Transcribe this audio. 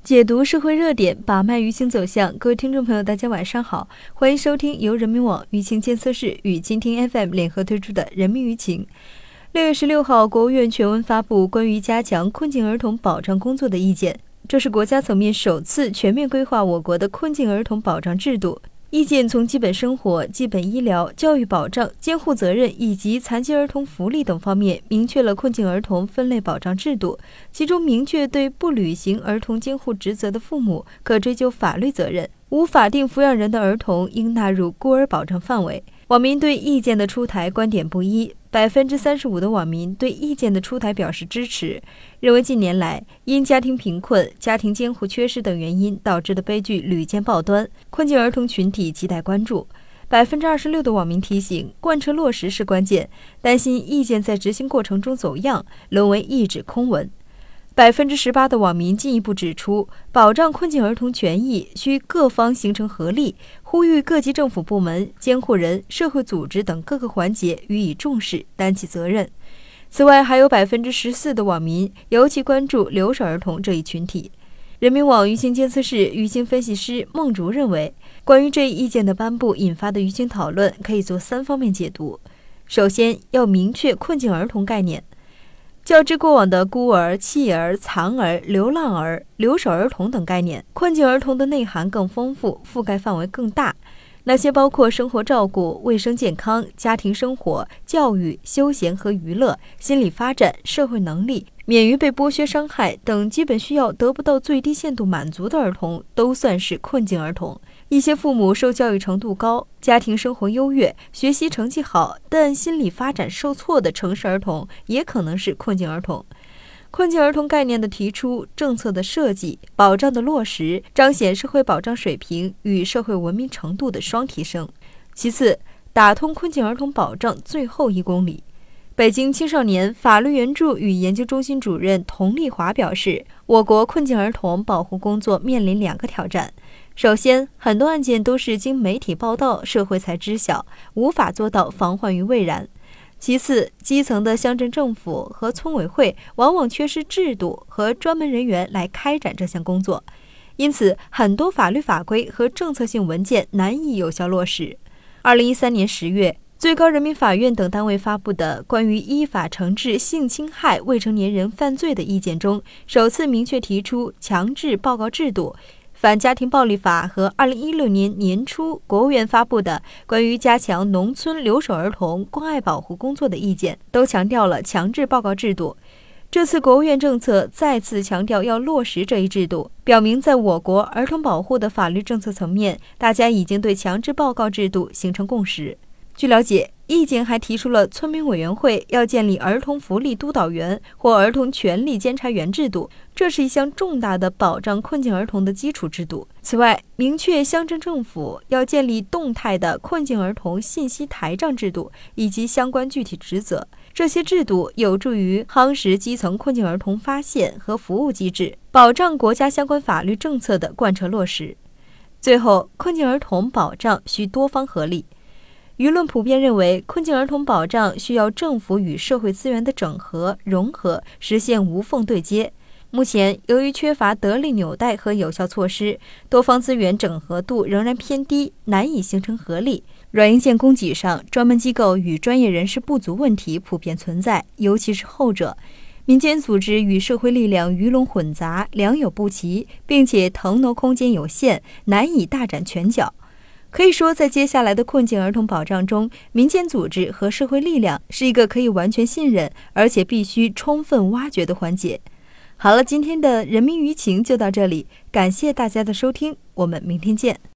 解读社会热点，把脉舆情走向。各位听众朋友，大家晚上好，欢迎收听由人民网舆情监测室与今听 FM 联合推出的人民舆情。6月16号，国务院全文发布关于加强困境儿童保障工作的意见，这是国家层面首次全面规划我国的困境儿童保障制度。意见从基本生活、基本医疗、教育保障、监护责任以及残疾儿童福利等方面，明确了困境儿童分类保障制度，其中明确对不履行儿童监护职责的父母可追究法律责任，无法定抚养人的儿童应纳入孤儿保障范围。网民对意见的出台观点不一，35%的网民对意见的出台表示支持，认为近年来因家庭贫困、家庭监护缺失等原因导致的悲剧屡见报端，困境儿童群体亟待关注。26%的网民提醒，贯彻落实是关键，担心意见在执行过程中走样，沦为一纸空文。18%的网民进一步指出，保障困境儿童权益需各方形成合力，呼吁各级政府部门、监护人、社会组织等各个环节予以重视，担起责任。此外，还有14%的网民尤其关注留守儿童这一群体。人民网舆情监测室舆情分析师孟竹认为，关于这一意见的颁布引发的舆情讨论可以做3方面解读。首先，要明确困境儿童概念。较之过往的孤儿、弃儿、残儿、流浪儿、留守儿童等概念，困境儿童的内涵更丰富，覆盖范围更大。那些包括生活照顾、卫生健康、家庭生活、教育、休闲和娱乐、心理发展、社会能力、免于被剥削伤害等基本需要得不到最低限度满足的儿童，都算是困境儿童。一些父母受教育程度高、家庭生活优越、学习成绩好，但心理发展受挫的城市儿童也可能是困境儿童。困境儿童概念的提出、政策的设计、保障的落实，彰显社会保障水平与社会文明程度的双提升。其次，打通困境儿童保障最后1公里。北京青少年法律援助与研究中心主任佟丽华表示，我国困境儿童保护工作面临2个挑战。首先，很多案件都是经媒体报道，社会才知晓，无法做到防患于未然。其次，基层的乡镇政府和村委会往往缺失制度和专门人员来开展这项工作，因此很多法律法规和政策性文件难以有效落实。2013年10月，最高人民法院等单位发布的关于依法惩治性侵害未成年人犯罪的意见中，首次明确提出强制报告制度。反家庭暴力法和2016年年初国务院发布的关于加强农村留守儿童关爱保护工作的意见，都强调了强制报告制度。这次国务院政策再次强调要落实这一制度，表明在我国儿童保护的法律政策层面，大家已经对强制报告制度形成共识。据了解，意见还提出了村民委员会要建立儿童福利督导员或儿童权利监察员制度，这是一项重大的保障困境儿童的基础制度。此外，明确乡镇政府要建立动态的困境儿童信息台账制度以及相关具体职责，这些制度有助于夯实基层困境儿童发现和服务机制，保障国家相关法律政策的贯彻落实。最后，困境儿童保障需多方合力。舆论普遍认为，困境儿童保障需要政府与社会资源的整合融合，实现无缝对接。目前，由于缺乏得力纽带和有效措施，多方资源整合度仍然偏低，难以形成合力。软硬件供给上，专门机构与专业人士不足问题普遍存在，尤其是后者。民间组织与社会力量鱼龙混杂，良莠不齐，并且腾挪空间有限，难以大展拳脚。可以说，在接下来的困境儿童保障中，民间组织和社会力量是一个可以完全信任，而且必须充分挖掘的环节。好了，今天的人民舆情就到这里，感谢大家的收听，我们明天见。